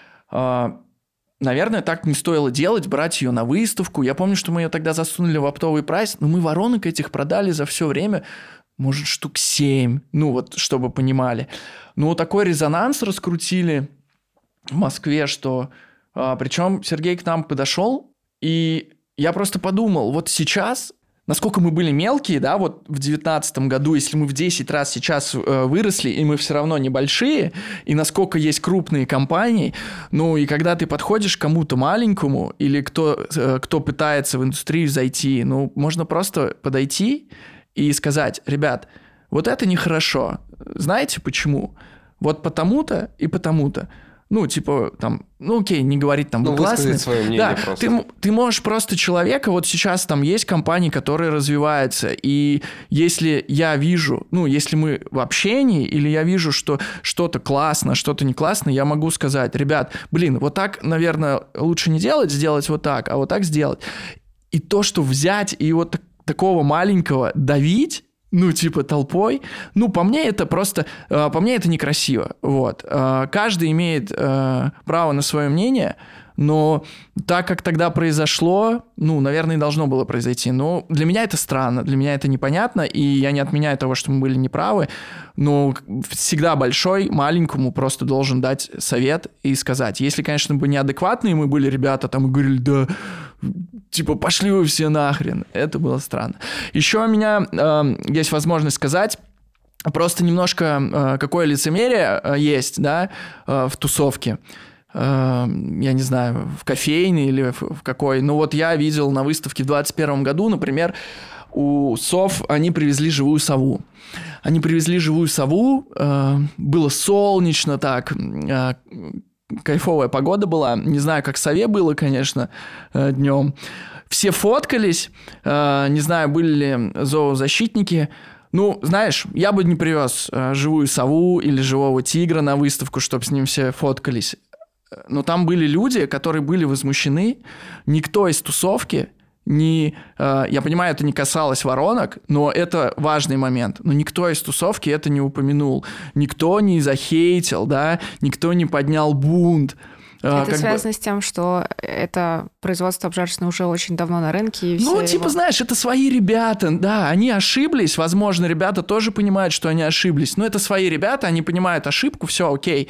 Наверное, так не стоило делать, брать ее на выставку. Я помню, что мы ее тогда засунули в оптовый прайс, но мы воронок этих продали за все время может, штук 7, ну вот, чтобы понимали. Но такой резонанс раскрутили в Москве, что... Причем Сергей к нам подошел, и я просто подумал, вот сейчас... Насколько мы были мелкие, да, вот в 2019 году, если мы в 10 раз сейчас выросли, и мы все равно небольшие, и насколько есть крупные компании, ну, и когда ты подходишь к кому-то маленькому, или кто пытается в индустрию зайти, ну, можно просто подойти и сказать: ребят, вот это нехорошо, знаете почему? Вот потому-то и потому-то. Ну, типа, там, ну, окей, не говорить там, вы классный. Высказать свое мнение, да, просто. Ты можешь просто человека, вот сейчас там есть компании, которые развиваются, и если я вижу, ну, если мы в общении, или я вижу, что что-то классно, что-то не классно, я могу сказать: ребят, блин, вот так, наверное, лучше не делать, сделать вот так, а вот так сделать. И то, что взять и вот такого маленького давить, ну, типа, толпой. Ну, по мне это просто... По мне это некрасиво. Вот. Каждый имеет право на свое мнение, но так как тогда произошло, ну, наверное, и должно было произойти. Но для меня это странно, для меня это непонятно, и я не отменяю того, что мы были неправы, но всегда большой маленькому просто должен дать совет и сказать. Если, конечно, бы неадекватные мы были ребята, там, и говорили: да, типа, пошли вы все нахрен. Это было странно. Еще у меня есть возможность сказать просто немножко, какое лицемерие есть, да, в тусовке. Я не знаю, в кофейне или в какой. Ну вот я видел на выставке в 2021 году, например, у сов они привезли живую сову. Они привезли живую сову, было солнечно так, кайфовая погода была. Не знаю, как сове было, конечно, днем. Все фоткались, не знаю, были ли зоозащитники. Ну, знаешь, я бы не привез живую сову или живого тигра на выставку, чтобы с ним все фоткались. Но там были люди, которые были возмущены. Никто из тусовки я понимаю, это не касалось воронок, но это важный момент. Но никто из тусовки это не упомянул. Никто не захейтил, да, никто не поднял бунт. Это связано с тем, что это производство обжарочное уже очень давно на рынке. И ну, типа, знаешь, это свои ребята, да, они ошиблись, возможно, ребята тоже понимают, что они ошиблись, но это свои ребята, они понимают ошибку, все окей.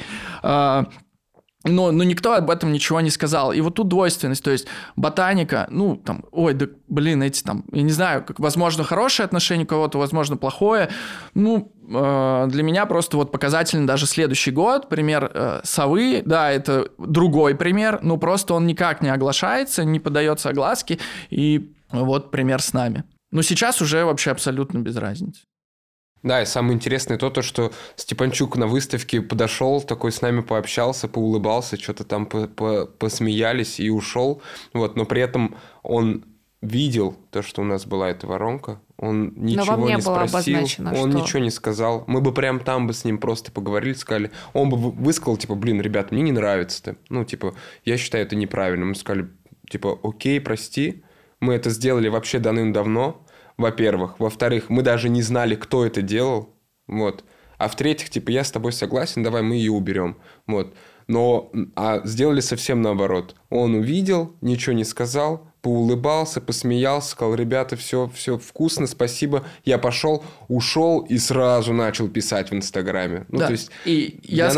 Но никто об этом ничего не сказал. И вот тут двойственность, то есть ботаника, ну, там, ой, да, блин, эти там, я не знаю, возможно, хорошее отношение у кого-то, возможно, плохое. Ну, для меня просто вот показательный даже следующий год. Пример совы, да, это другой пример, но просто он никак не оглашается, не поддается огласке. И вот пример с нами. Но сейчас уже вообще абсолютно без разницы. Да, и самое интересное то, что Степанчук на выставке подошел, такой с нами пообщался, поулыбался, что-то там посмеялись и ушел. Вот, но при этом он видел то, что у нас была эта воронка, он ничего не спросил, он ничего не сказал. Мы бы прям там бы с ним просто поговорили, сказали, он бы высказал, типа, блин, ребят, мне не нравится-то. Ну, типа, я считаю это неправильно. Мы сказали, типа, окей, прости, мы это сделали вообще давным-давно. Во-первых. Во-вторых, мы даже не знали, кто это делал. Вот. А в-третьих, типа, я с тобой согласен, давай мы ее уберем. Вот. Но сделали совсем наоборот. Он увидел, ничего не сказал, поулыбался, посмеялся, сказал: ребята, все вкусно, спасибо. Я пошел, ушел и сразу начал писать в Инстаграме. Ну, да. То есть, и для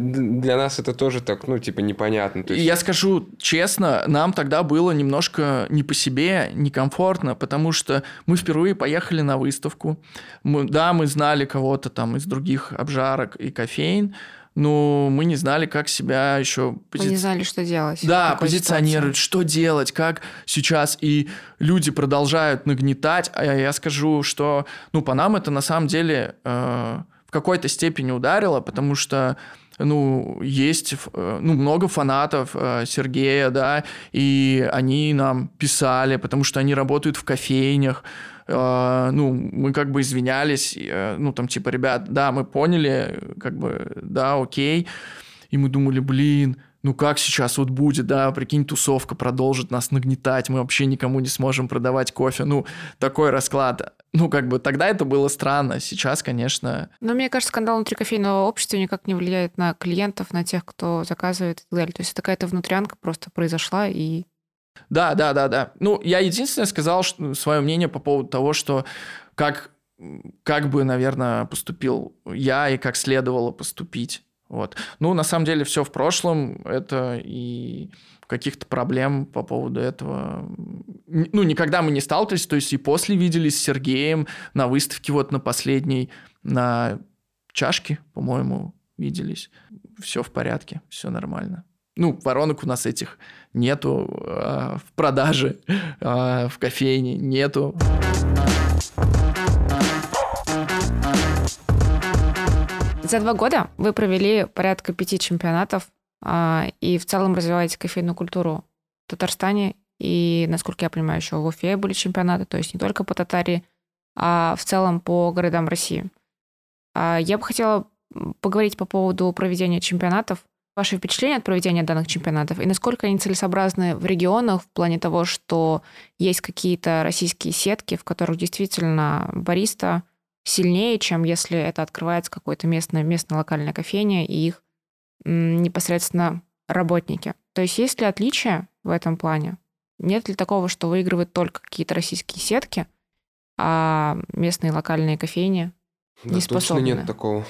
нас это тоже так, ну, типа, непонятно. То есть... И я скажу честно, нам тогда было немножко не по себе, некомфортно, потому что мы впервые поехали на выставку. Мы знали кого-то там из других обжарок и кофеин, но мы не знали, как себя еще... Мы не знали, что делать. Да, позиционировать, что делать, как сейчас. И люди продолжают нагнетать. А я скажу, что ну, по нам это на самом деле в какой-то степени ударило, потому что ну, есть много фанатов Сергея, да, и они нам писали, потому что они работают в кофейнях. Ну, мы как бы извинялись, ну, там, типа, ребят, да, мы поняли, как бы, да, окей. И мы думали, блин, ну как сейчас вот будет, да, прикинь, тусовка продолжит нас нагнетать, мы вообще никому не сможем продавать кофе. Ну, такой расклад. Ну, как бы, тогда это было странно, сейчас, конечно... Но мне кажется, скандал внутри кофейного общества никак не влияет на клиентов, на тех, кто заказывает и так далее. То есть это какая-то внутрянка просто произошла и... Да. Ну, я единственное сказал свое мнение по поводу того, что как как бы, наверное, поступил я и как следовало поступить. Вот. Ну, на самом деле, все в прошлом, это и каких-то проблем по поводу этого... Ну, никогда мы не сталкивались, то есть и после виделись с Сергеем на выставке вот на последней, на чашке, по-моему, виделись. Все в порядке, все нормально. Ну, воронок у нас этих нету в продаже, в кофейне нету. За 2 года вы провели порядка 5 чемпионатов и в целом развиваете кофейную культуру в Татарстане. И, насколько я понимаю, еще в Уфе были чемпионаты, то есть не только по Татарии, а в целом по городам России. Я бы хотела поговорить по поводу проведения чемпионатов. Ваши впечатления от проведения данных чемпионатов и насколько они целесообразны в регионах в плане того, что есть какие-то российские сетки, в которых действительно бариста сильнее, чем если это открывается какой-то местная локальная кофейня и их непосредственно работники. То есть есть ли отличия в этом плане? Нет ли такого, что выигрывают только какие-то российские сетки, а местные локальные кофейни не способны? Точно нет такого.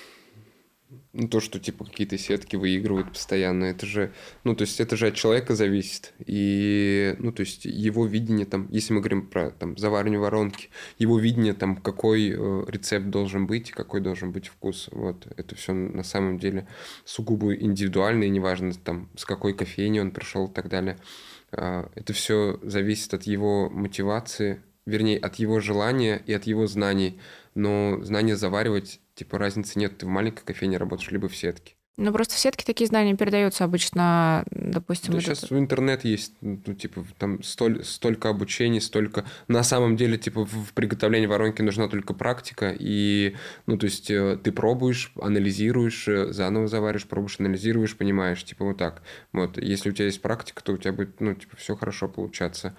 Ну, то, что, типа, какие-то сетки выигрывают постоянно, это же, ну, то есть, это же от человека зависит. И, ну, то есть, его видение, там, если мы говорим про, там, заваривание воронки, его видение, там, какой рецепт должен быть, какой должен быть вкус, вот, это все на самом деле сугубо индивидуально, и неважно, там, с какой кофейни он пришел и так далее. Это все зависит от его мотивации, вернее, от его желания и от его знаний. Но знания заваривать, типа, разницы нет. Ты в маленькой кофейне работаешь, либо в сетке. Ну, просто в сетке такие знания передаются обычно, допустим... Да, сейчас в интернет есть, ну, типа, там столько обучений, столько... На самом деле, типа, в приготовлении воронки нужна только практика, и, ну, то есть, ты пробуешь, анализируешь, заново заваришь, пробуешь, анализируешь, понимаешь, типа, вот так. Вот, если у тебя есть практика, то у тебя будет, ну, типа, все хорошо получаться.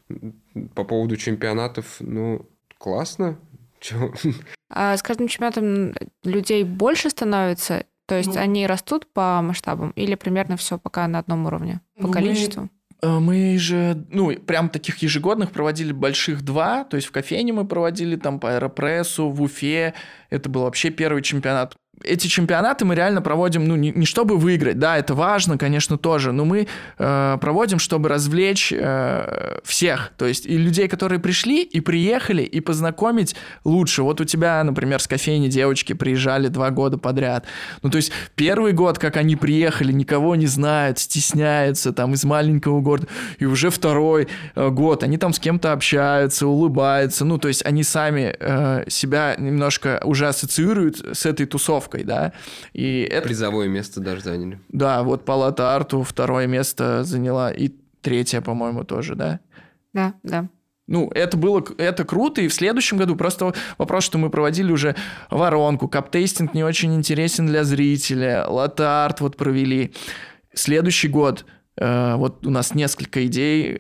По поводу чемпионатов, ну, классно. Чего? А с каждым чемпионатом людей больше становится? То есть они растут по масштабам или примерно все пока на одном уровне по количеству? Мы же, ну, прям таких ежегодных проводили больших 2, то есть в кофейне мы проводили там по Аэропрессу, в Уфе, это был вообще первый чемпионат. Эти чемпионаты мы реально проводим, ну, не чтобы выиграть, да, это важно, конечно, тоже, но мы проводим, чтобы развлечь всех, то есть и людей, которые пришли и приехали, и познакомить лучше. Вот у тебя, например, с кофейни девочки приезжали 2 года подряд. Ну, то есть первый год, как они приехали, никого не знают, стесняются там из маленького города, и уже второй год они там с кем-то общаются, улыбаются, ну, то есть они сами себя немножко уже ассоциируют с этой тусовкой, да, и это... Призовое место даже заняли. Да, вот Палата Арту 2 место заняла, и 3, по-моему, тоже, да? Да, да. Ну, это круто, и в следующем году просто вопрос, что мы проводили уже воронку, каптейстинг не очень интересен для зрителя, латте-арт вот провели. Следующий год... Вот у нас несколько идей,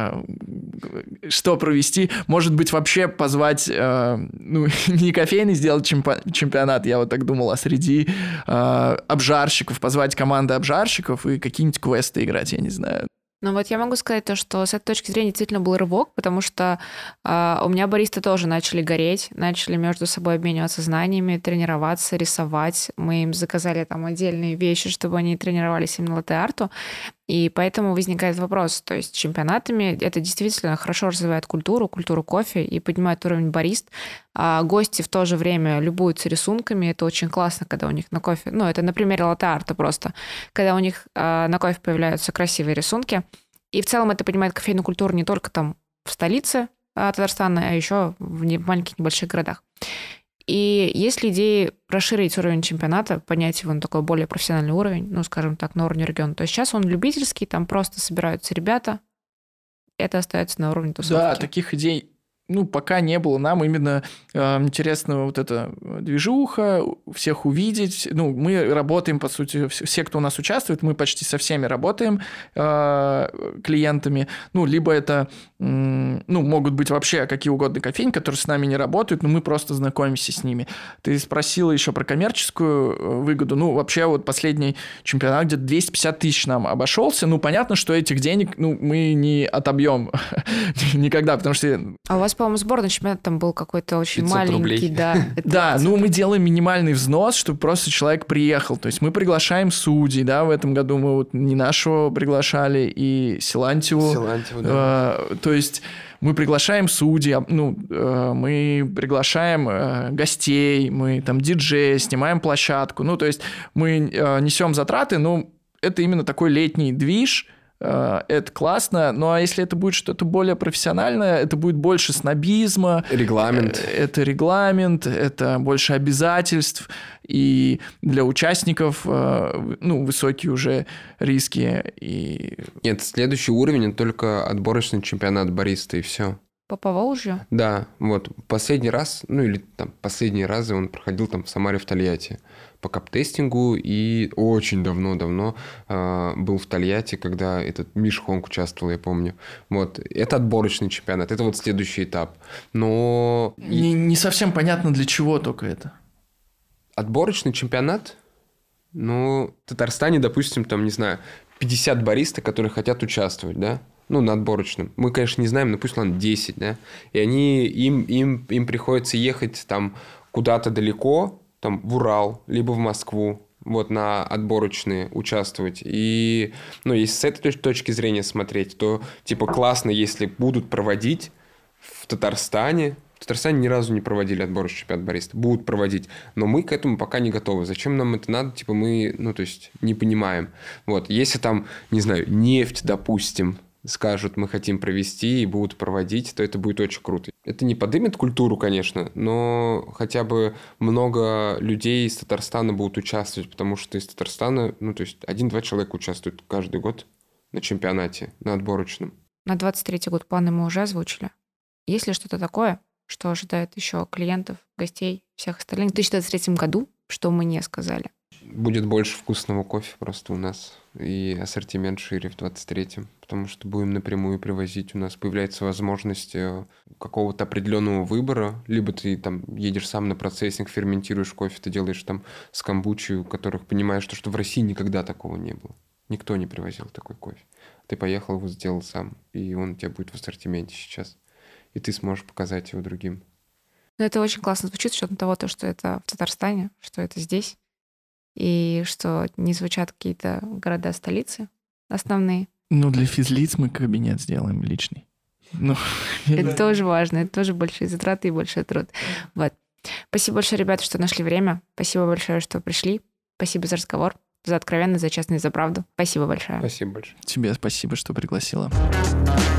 что провести. Может быть, вообще позвать, ну, не кофейный сделать чемпионат, я вот так думал, а среди обжарщиков, позвать команды обжарщиков и какие-нибудь квесты играть, я не знаю. Ну вот я могу сказать то, что с этой точки зрения действительно был рывок, потому что у меня баристы тоже начали гореть, начали между собой обмениваться знаниями, тренироваться, рисовать. Мы им заказали там отдельные вещи, чтобы они тренировались именно латте-арту. И поэтому возникает вопрос, то есть чемпионатами это действительно хорошо развивает культуру кофе и поднимает уровень барист. А гости в то же время любуются рисунками, это очень классно, когда у них на кофе, ну это на примере латте-арта просто, когда у них на кофе появляются красивые рисунки. И в целом это поднимает кофейную культуру не только там в столице Татарстана, а еще в маленьких небольших городах. И есть ли идеи расширить уровень чемпионата, поднять его на такой более профессиональный уровень, ну, скажем так, на уровне региона? То есть сейчас он любительский, там просто собираются ребята, это остается на уровне тусовки. Да, таких идей, ну, пока не было. Нам именно интересна вот эта движуха, всех увидеть. Ну, мы работаем, по сути, все, кто у нас участвует, мы почти со всеми работаем клиентами. Ну, либо это, ну, могут быть вообще какие угодно кофейни, которые с нами не работают, но мы просто знакомимся с ними. Ты спросила еще про коммерческую выгоду. Ну, вообще вот последний чемпионат где-то 250 тысяч нам обошелся. Ну, понятно, что этих денег, ну, мы не отобьем никогда, потому что... А у вас по-моему, сборный чемпионат там был какой-то очень 500 маленький. рублей. Да, Да, ну мы делаем минимальный взнос, чтобы просто человек приехал. То есть мы приглашаем судей, да, в этом году мы вот не нашего приглашали, и Силантьеву. То есть мы приглашаем судей, мы приглашаем гостей, мы там диджея, снимаем площадку. Ну, то есть мы несем затраты, но это именно такой летний движ. Это классно, ну а если это будет что-то более профессиональное, это будет больше снобизма. Регламент. Это регламент, это больше обязательств, и для участников, высокие уже риски. Нет, следующий уровень – это только отборочный чемпионат бариста, и все. По Поволжью? Да, вот последний раз, последние разы он проходил там в Самаре, в Тольятти по кап-тестингу, и очень давно был в Тольятти, когда этот Миш Хонг участвовал, я помню. Вот, это отборочный чемпионат, это вот следующий этап. Но... Не совсем понятно, для чего только это. Отборочный чемпионат? В Татарстане, допустим, 50 бариста, которые хотят участвовать, да? На отборочном. Мы, конечно, не знаем, пусть, 10, да? И им приходится ехать там куда-то далеко, там в Урал, либо в Москву, вот на отборочные участвовать. И, если с этой точки зрения смотреть, то, классно, если будут проводить в Татарстане. В Татарстане ни разу не проводили отборочный чемпионат бариста. Будут проводить. Но мы к этому пока не готовы. Зачем нам это надо? Мы, не понимаем. Вот. Если там, нефть, допустим, скажут, мы хотим провести и будут проводить, то это будет очень круто. Это не поднимет культуру, конечно, но хотя бы много людей из Татарстана будут участвовать, потому что из Татарстана, 1-2 человека участвуют каждый год на чемпионате, на отборочном. На 23-й год планы мы уже озвучили. Есть ли что-то такое, что ожидает еще клиентов, гостей, всех остальных в 2023 году, что мы не сказали? Будет больше вкусного кофе просто у нас. И ассортимент шире в 23-м. Потому что будем напрямую привозить. У нас появляется возможность какого-то определенного выбора. Либо ты там едешь сам на процессинг, ферментируешь кофе, ты делаешь там с камбучи, у которых понимаешь, что в России никогда такого не было. Никто не привозил такой кофе. Ты поехал, его сделал сам. И он у тебя будет в ассортименте сейчас. И ты сможешь показать его другим. Это очень классно звучит, с учетом того, что это в Татарстане, что это здесь. И что не звучат какие-то города-столицы основные. Для физлиц мы кабинет сделаем личный. Это тоже важно, это тоже большие затраты и большой труд. Вот. Спасибо большое, ребята, что нашли время. Спасибо большое, что пришли. Спасибо за разговор, за откровенность, за честность, за правду. Спасибо большое. Спасибо большое. Тебе спасибо, что пригласила.